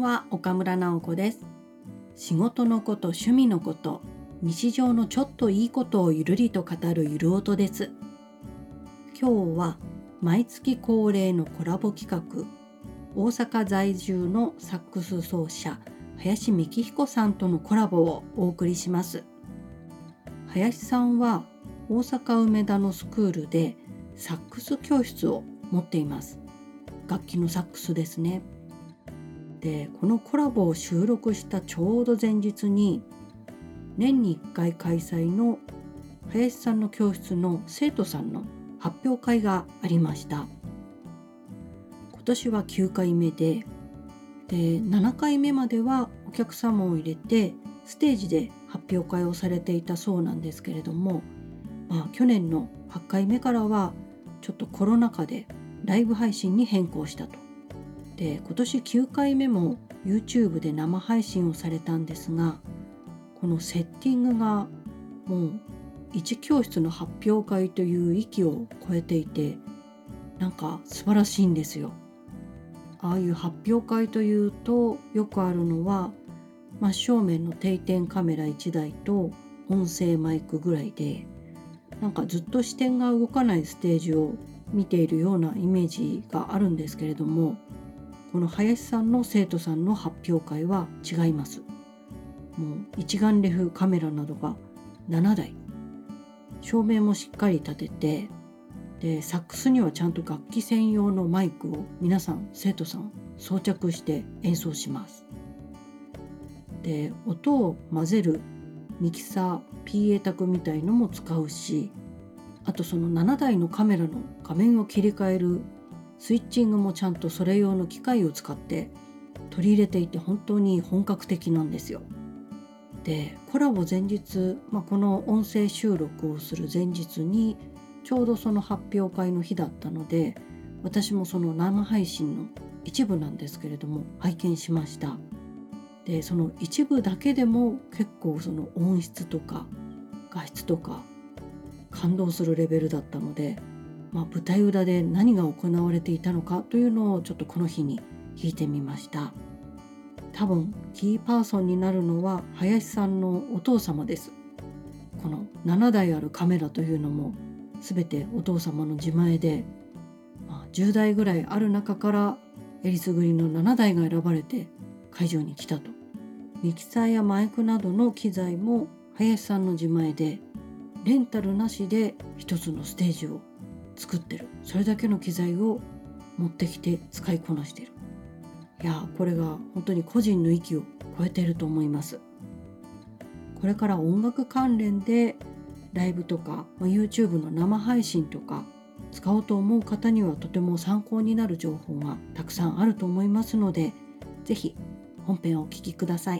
は、岡村直子です。仕事のこと、趣味のこと、日常のちょっといいことをゆるりと語るゆる音です。今日は毎月恒例のコラボ企画、大阪在住のサックス奏者林幹彦さんとのコラボをお送りします。林さんは大阪梅田のスクールでサックス教室を持っています。楽器のサックスですね。で、このコラボを収録したちょうど前日に、年に1回開催の林さんの教室の生徒さんの発表会がありました。今年は9回目で、7回目まではお客様を入れてステージで発表会をされていたそうなんですけれども、去年の8回目からはちょっとコロナ禍でライブ配信に変更したと。で、今年9回目も YouTube で生配信をされたんですが、このセッティングがもう1教室の発表会という域を超えていて、なんか素晴らしいんですよ。ああいう発表会というとよくあるのは、真正面の定点カメラ1台と音声マイクぐらいで、なんかずっと視点が動かないステージを見ているようなイメージがあるんですけれども、この林さんの生徒さんの発表会は違います。もう一眼レフカメラなどが7台、照明もしっかり立てて、でサックスにはちゃんと楽器専用のマイクを皆さん生徒さん装着して演奏します。で、音を混ぜるミキサー PA 卓みたいのも使うし、あとその7台のカメラの画面を切り替えるスイッチングもちゃんとそれ用の機械を使って取り入れていて、本当に本格的なんですよ。で、コラボ前日、この音声収録をする前日にちょうどその発表会の日だったので、私もその生配信の一部なんですけれども拝見しました。で、その一部だけでも結構その音質とか画質とか感動するレベルだったので、舞台裏で何が行われていたのかというのをちょっとこの日に聞いてみました。多分キーパーソンになるのは林さんのお父様です。この7台あるカメラというのも全てお父様の自前で、10台ぐらいある中からえりすぐりの7台が選ばれて会場に来たと。ミキサーやマイクなどの機材も林さんの自前で、レンタルなしで一つのステージを作ってる。それだけの機材を持ってきて使いこなしてる。いや、これが本当に個人の域を超えていると思います。これから音楽関連でライブとか、YouTube の生配信とか使おうと思う方にはとても参考になる情報がたくさんあると思いますので、ぜひ本編をお聞きください。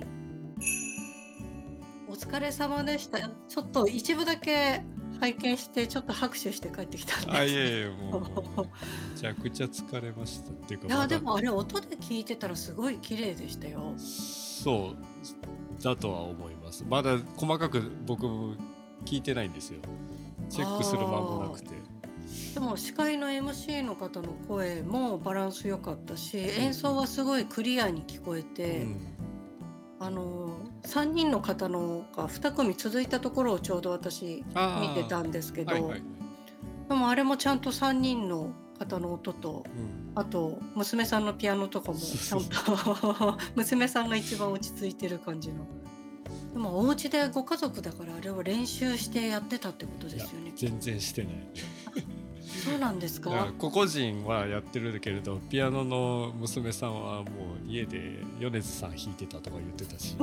お疲れ様でした。ちょっと一部だけ拝見してちょっと拍手して帰ってきたんです。 いえもうめちゃくちゃ疲れましたっていうか、 いや、でもあれ音で聞いてたらすごい綺麗でしたよ。 そうだとは思います。まだ細かく僕も聞いてないんですよ。チェックする間もなくて。 でも司会の MC の方の声もバランス良かったし、演奏はすごいクリアに聞こえて、3人の方のが2組続いたところをちょうど私見てたんですけど、でもあれもちゃんと3人の方の音と、あと娘さんのピアノとかもちゃんと娘さんが一番落ち着いてる感じの。でもお家でご家族だからあれを練習してやってたってことですよね。 全然してない。 そうなんですか？ 個々人はやってるけれど、ピアノの娘さんはもう家で米津さん弾いてたとか言ってたし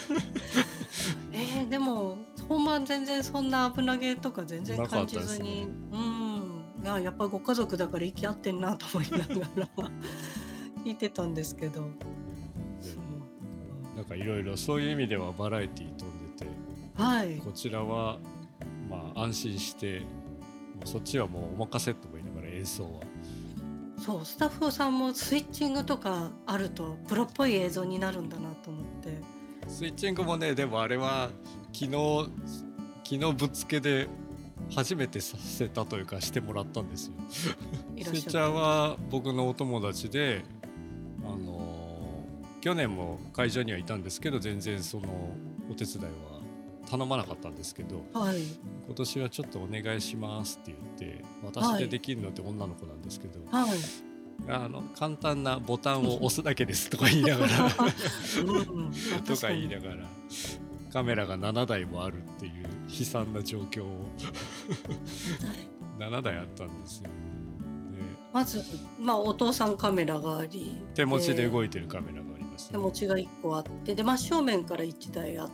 でも本番全然そんな危なげとか全然感じずに、やっぱご家族だから息合ってんなと思いながら聞いてたんですけど、 なんかいろいろそういう意味ではバラエティー飛んでて、こちらは安心してそっちはもうお任せと思いながら演奏は。 そう、スタッフさんもスイッチングとかあるとプロっぽい映像になるんだなと思って。 スイッチングもね、でもあれは昨日ぶっつけで初めてさせたというかしてもらったんですよ。スイッチャーは僕のお友達で去年も会場にはいたんですけど全然そのお手伝いは頼まなかったんですけど、 はい、 今年はちょっとお願いしますって言って私でできるのって女の子なんですけど、 はい、 簡単なボタンを押すだけですとか言いながらとか言いながらカメラが7台もあるっていう悲惨な状況を7台あったんですよ。でまず、お父さんカメラがあり、 手持ちで動いてるカメラがあります、 手持ちが1個あって、で真正面から1台あって、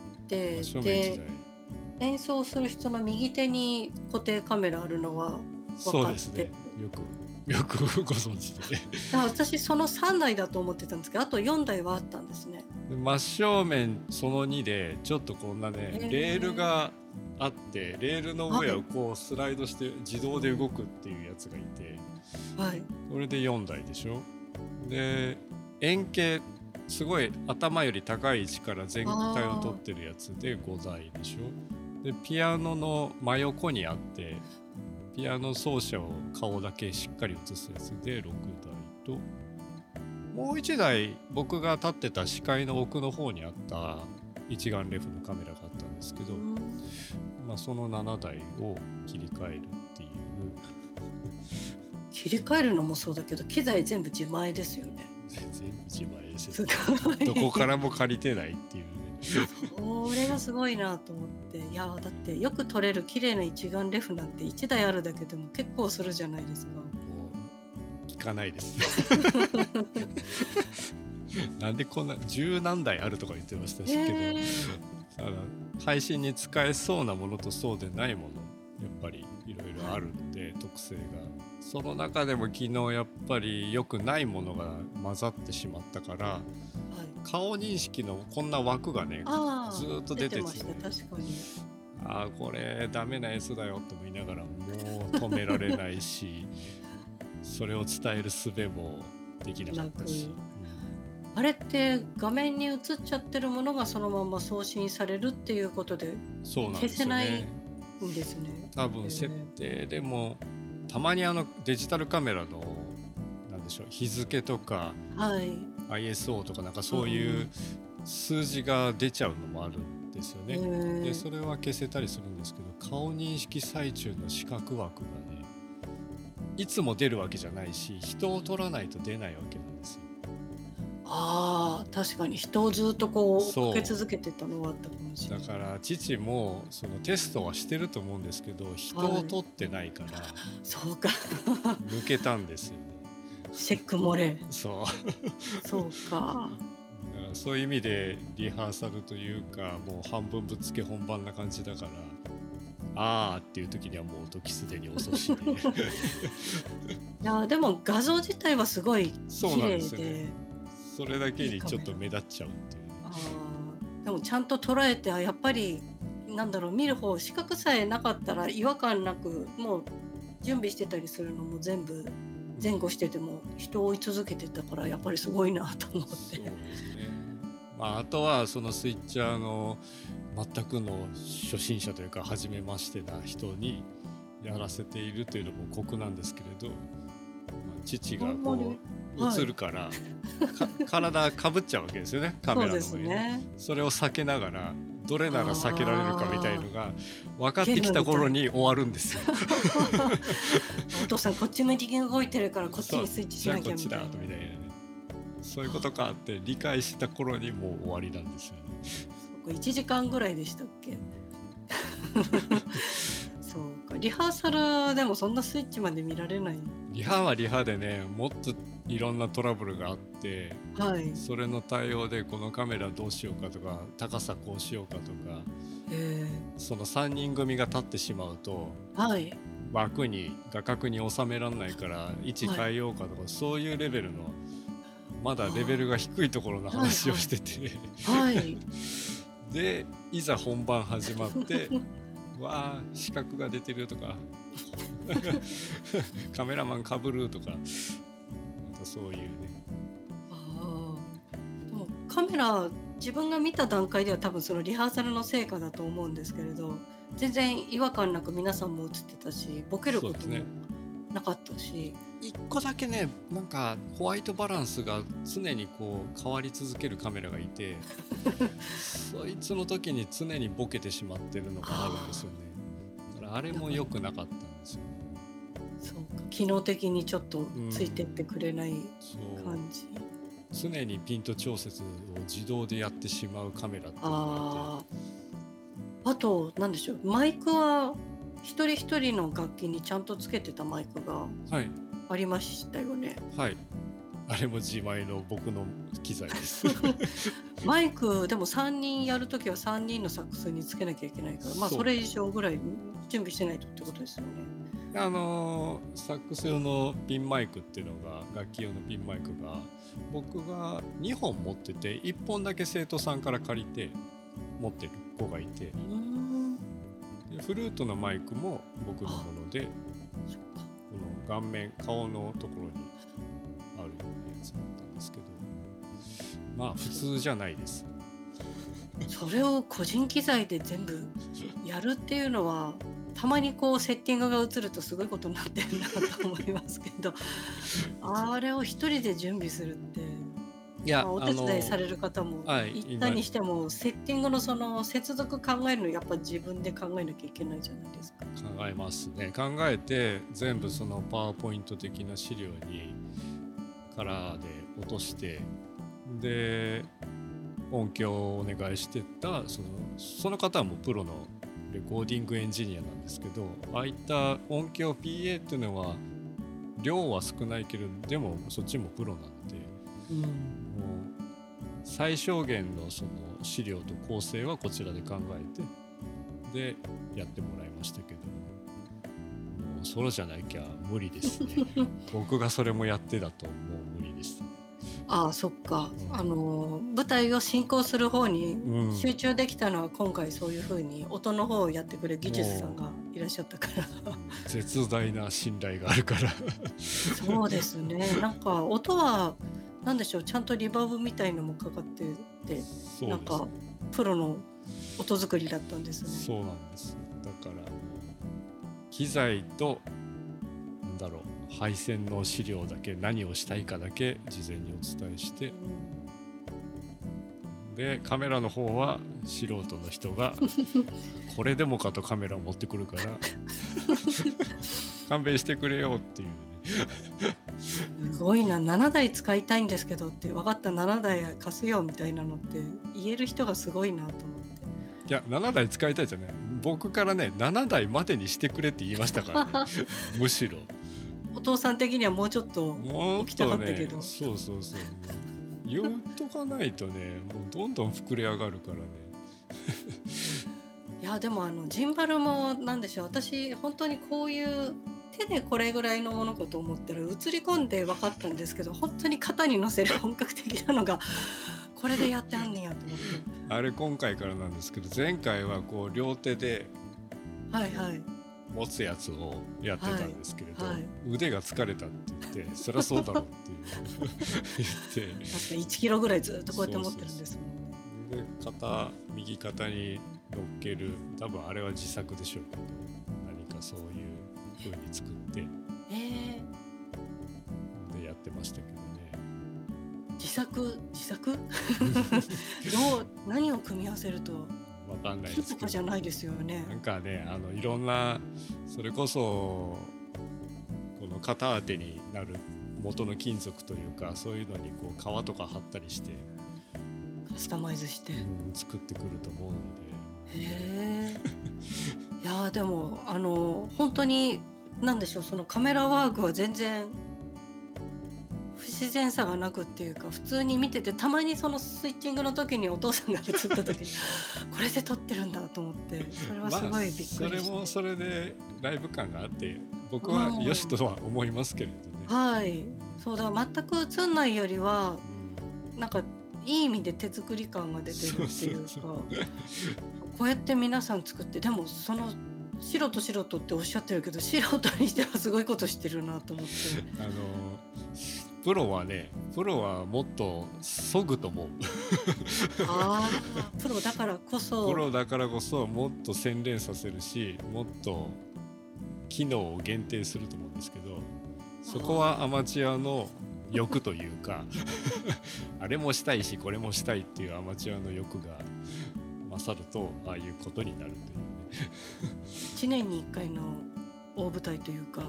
正面1台演奏する人の右手に固定カメラあるのは分かって、 そうですね、よくご存知でだから私その3台だと思ってたんですけど、あと4台はあったんですね。 真正面その2でちょっとこんなねレールがあって、レールの上をこうスライドして自動で動くっていうやつがいて、 はい、 それで4台でしょ。で円形すごい頭より高い位置から全体を取ってるやつで5台でしょ。でピアノの真横にあってピアノ奏者を顔だけしっかり映すやつで6台と、もう1台僕が立ってた視界の奥の方にあった一眼レフのカメラがあったんですけど、その7台を切り替えるっていう切り替えるのもそうだけど機材全部自前ですよね。 全部自前ですよね。どこからも借りてないっていうねこれがすごいなと思って、いやだってよく撮れる綺麗な一眼レフなんて1台あるだけでも結構するじゃないですか。もう聞かないですなんでこんな十何台あるとか言ってましたしけど、配信に使えそうなものとそうでないものやっぱりいろいろあるんで、特性がその中でも昨日やっぱり良くないものが混ざってしまったから、顔認識のこんな枠がねずっと出てて、 ました。確かにこれダメなやつだよと思いながらもう止められないしそれを伝える術もできなかったし、 あれって画面に映っちゃってるものがそのまま送信されるっていうことで消せないんですね。 多分設定でもたまにデジタルカメラのなんでしょう、日付とか、ISO とかなんかそういう数字が出ちゃうのもあるんですよね。でそれは消せたりするんですけど、顔認識最中の視覚枠がねいつも出るわけじゃないし、人を撮らないと出ないわけなんですよ。 確かに人をずっとこうかけ続けてたのはあったかもしれない。 だから父もそのテストはしてると思うんですけど、人を撮ってないから、 そうか抜けたんですよね。 チェック漏れそうかそういう意味でリハーサルというかもう半分ぶっつけ本番な感じだから、っていう時にはもう時すでに遅しでいやでも画像自体はすごい綺麗 で、 それだけにちょっと目立っちゃうっていう、 でもちゃんと捉えて、やっぱりなんだろう、見る方視覚さえなかったら違和感なくもう準備してたりするのも全部前後してても人を追い続けてたから、やっぱりすごいなと思って。そうですね。 あとはそのスイッチャーの全くの初心者というか初めましてな人にやらせているというのも酷なんですけれど、父がこう映るから、体かぶっちゃうわけですよね、カメラの上に。それを避けながらどれなら避けられるかみたいのが分かってきた頃に終わるんですよお父さんこっち向きに動いてるからこっちにスイッチしなきゃみたいな、 そういうことかって理解した頃にもう終わりなんですよね。 1時間ぐらいでしたっけそうか、リハーサルでもそんなスイッチまで見られない。 リハはリハでね、もっといろんなトラブルがあって、それの対応でこのカメラどうしようかとか高さこうしようかとか、その3人組が立ってしまうと、枠に画角に収められないから位置変えようかとか、そういうレベルのまだレベルが低いところの話をしててでいざ本番始まってわー視覚が出てるとかカメラマンかぶるとか、そういうね。 でもカメラ自分が見た段階では多分そのリハーサルの成果だと思うんですけれど、全然違和感なく皆さんも映ってたし、ボケることもなかったし、 一個だけね、なんかホワイトバランスが常にこう変わり続けるカメラがいてそいつの時に常にボケてしまってるのがあるんですよね。だからあれも良くなかったんですよね。 そうか、機能的にちょっとついてってくれないそう感じ。 常にピント調節を自動でやってしまうカメラっていうのがあってあと何でしょう、マイクは一人一人の楽器にちゃんとつけてたマイクがはいありましたよね。 はいあれも自前の僕の機材ですマイクでも3人やるときは3人のサックスにつけなきゃいけないから、まあそうそれ以上ぐらい準備してないとってことですよね。 サックス用のピンマイクっていうのが楽器用のピンマイクが僕が2本持ってて1本だけ生徒さんから借りて持ってる子がいて、でフルートのマイクも僕のもので、この顔面顔のところにあるようなやつだったんですけど、まあ普通じゃないです。 それを個人機材で全部やるっていうのは、たまにこうセッティングが映るとすごいことになってるなと思いますけどあれを一人で準備するって、 いや、 まあ、お手伝いされる方もはい行ったにしても、セッティングのその接続考えるのやっぱ自分で考えなきゃいけないじゃないですか。 考えますね。考えて全部そのパワーポイント的な資料にカラーで落として、で音響をお願いしてたその方はもうプロのレコーディングエンジニアなんですけど、ああいった音響 PA っていうのは量は少ないけど、でもそっちもプロなんで、もう最小限のその資料と構成はこちらで考えてでやってもらいましたけど、もうソロじゃなきゃ無理ですね僕がそれもやってだともう無理です。 ああ、そっか、舞台を進行する方に集中できたのは今回そういう風に音の方をやってくれる技術さんがいらっしゃったから絶大な信頼があるからそうですね、なんか音はなんでしょう、ちゃんとリバーブみたいのもかかってて、 そうですなんかプロの音作りだったんですね。 そうなんです。だから機材となんだろう、配線の資料だけ、何をしたいかだけ事前にお伝えして、でカメラの方は素人の人がこれでもかとカメラを持ってくるから勘弁してくれよっていうねすごいな、7台使いたいんですけどって、分かった7台貸すよみたいなのって言える人がすごいなと思って。 いや7台使いたいじゃない、僕からね7台までにしてくれって言いましたからねむしろお父さん的にはもうちょっともっ置きたかとったけど、 ね、そう言っとかないとね、もうどんどん膨れ上がるからねいやでもジンバルもなんでしょう、私本当にこういう手でこれぐらいのものかと思ったら映り込んで分かったんですけど、本当に肩に乗せる本格的なのがこれでやってあんねやと思ってあれ今回からなんですけど、前回はこう両手ではいはい持つやつをやってたんですけれど、 はいはい腕が疲れたって言ってそりゃそうだろうっていう言って確か1キロぐらいずっとこうやって持ってるんですもんね。 で右肩に乗っける、多分あれは自作でしょうけど、何かそういう風に作ってでやってましたけどね。 自作何を組み合わせるとわかんないですけど、 木とかじゃないですよね。 なんかね、いろんな、それこそこの肩当てになる元の金属というか、そういうのにこう革とか貼ったりしてカスタマイズして、 作ってくると思うので。 へえいやでも本当に何でしょう、そのカメラワークは全然不自然さがなくっていうか、普通に見てて、たまにそのスイッチングの時にお父さんが映った時にこれで撮ってるんだと思って、それはすごいびっくりして、 それもそれでライブ感があって僕はよしとは思いますけれどね。 はい、そうだ、全く映んないよりはなんかいい意味で手作り感が出てるっていうかこうやって皆さん作って、でもその素人っておっしゃってるけど、素人にしてはすごいことしてるなと思ってプロはもっと削ぐと思うプロだからこそもっと洗練させるし、もっと機能を限定すると思うんですけど、 そこはアマチュアの欲というかあれもしたいしこれもしたいっていうアマチュアの欲が勝るとああいうことになるというね 1年に1回の大舞台というか、 なんか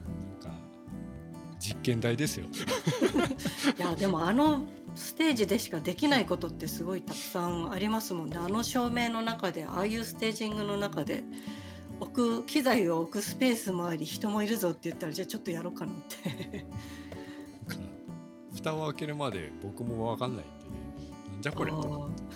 実験台ですよいやでもステージでしかできないことってすごいたくさんありますもんね。照明の中でああいうステージングの中で機材を置くスペースもあり人もいるぞって言ったらじゃあちょっとやろうかなってなんか蓋を開けるまで僕も分かんないんでね、なんじゃこれと思って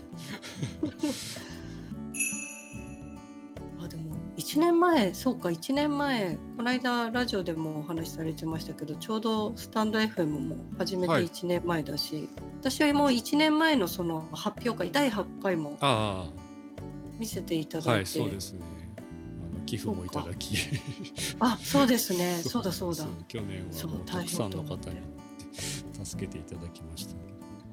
でも1年前1年前この間ラジオでもお話しされてましたけど、ちょうどスタンド FM も始めて1年前だし、私はもう1年前のその発表会第8回も見せていただいて、 はい、そうですね、寄付もいただきそうですねそうだ去年はもうたくさんの方に助けていただきました、ね、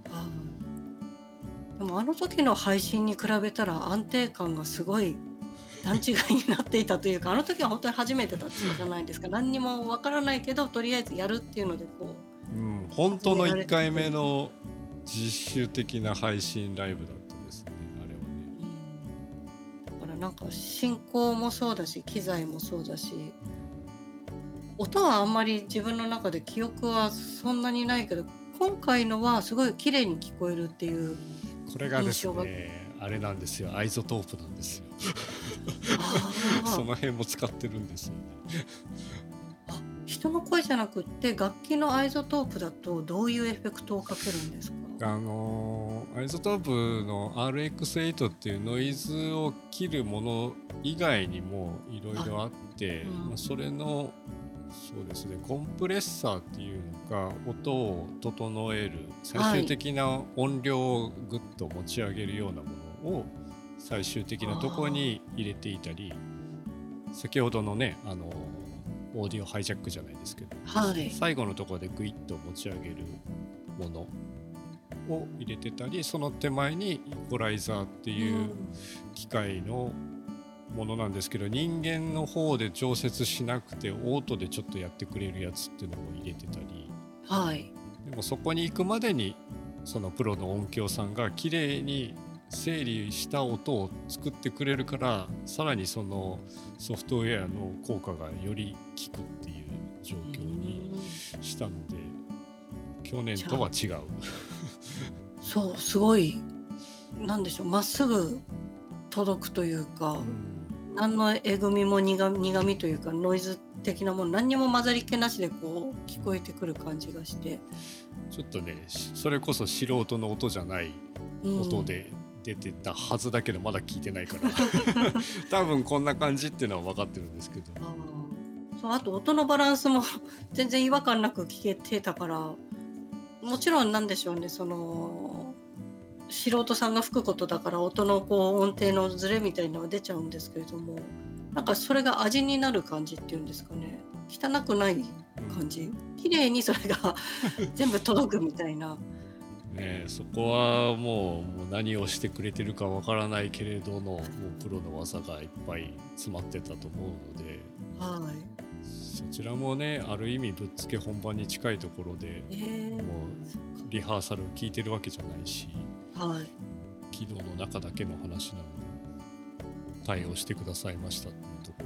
でも時の配信に比べたら安定感がすごい段違いになっていたというか、時は本当に初めてだったじゃないですか。何にもわからないけどとりあえずやるっていうので本当の1回目の実習的な配信ライブだったですね、あれはね。 だからなんか進行もそうだし機材もそうだし、音はあんまり自分の中で記憶はそんなにないけど、今回のはすごい綺麗に聞こえるっていう印象が。 これがですね、あれなんですよ、アイゾトープなんですよその辺も使ってるんですよね人の声じゃなくって楽器のアイゾトープだとどういうエフェクトをかけるんですか？ アイゾトープの RX8 っていうノイズを切るもの以外にもいろいろあって、それのそうですね、コンプレッサーっていうのが音を整える最終的な音量をぐっと持ち上げるようなものを最終的なところに入れていたり、先ほどのねオーディオハイジャックじゃないですけど、最後のところでグイッと持ち上げるものを入れてたり、その手前にイコライザーっていう機械のものなんですけど、人間の方で調節しなくてオートでちょっとやってくれるやつっていうのも入れてたり、でもそこに行くまでにそのプロの音響さんが綺麗に整理した音を作ってくれるから、さらにそのソフトウェアの効果がより効くっていう状況にしたので、去年とは違うそうすごいなんでしょう、まっすぐ届くというか、何のえぐみも苦みというかノイズ的なもの何にも混ざり気なしでこう聞こえてくる感じがして、 ちょっとねそれこそ素人の音じゃない音で出てたはずだけどまだ聞いてないから多分こんな感じっていうのは分かってるんですけど、 あと音のバランスも全然違和感なく聞けてたから、もちろんなんでしょうね、その素人さんが吹くことだから音の音程のズレみたいなのは出ちゃうんですけれども、なんかそれが味になる感じっていうんですかね、汚くない感じ、綺麗にそれが全部届くみたいなそこはもう何をしてくれてるかわからないけれどのもうプロの技がいっぱい詰まってたと思うので、そちらもねある意味ぶっつけ本番に近いところで、もうリハーサルを聞いてるわけじゃないし、軌道の中だけの話なので対応してくださいましたっていうところ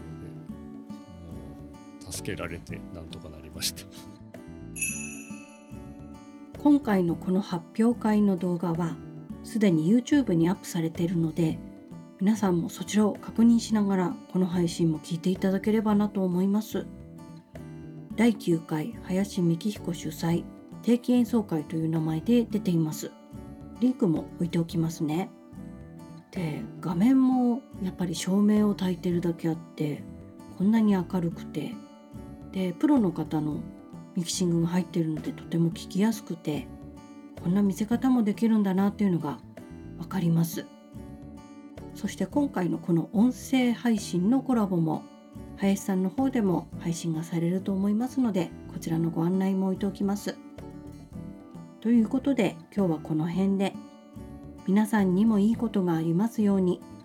で、もう助けられてなんとかなりました今回のこの発表会の動画はすでに YouTube にアップされているので、皆さんもそちらを確認しながらこの配信も聞いていただければなと思います。第9回林幹彦主催定期演奏会という名前で出ています。リンクも置いておきますね。で、画面もやっぱり照明を焚いてるだけあってこんなに明るくて、でプロの方のミキシングが入っているのでとても聞きやすくて、こんな見せ方もできるんだなっていうのがわかります。そして今回のこの音声配信のコラボも林さんの方でも配信がされると思いますので、こちらのご案内も置いておきます。ということで今日はこの辺で、皆さんにもいいことがありますように。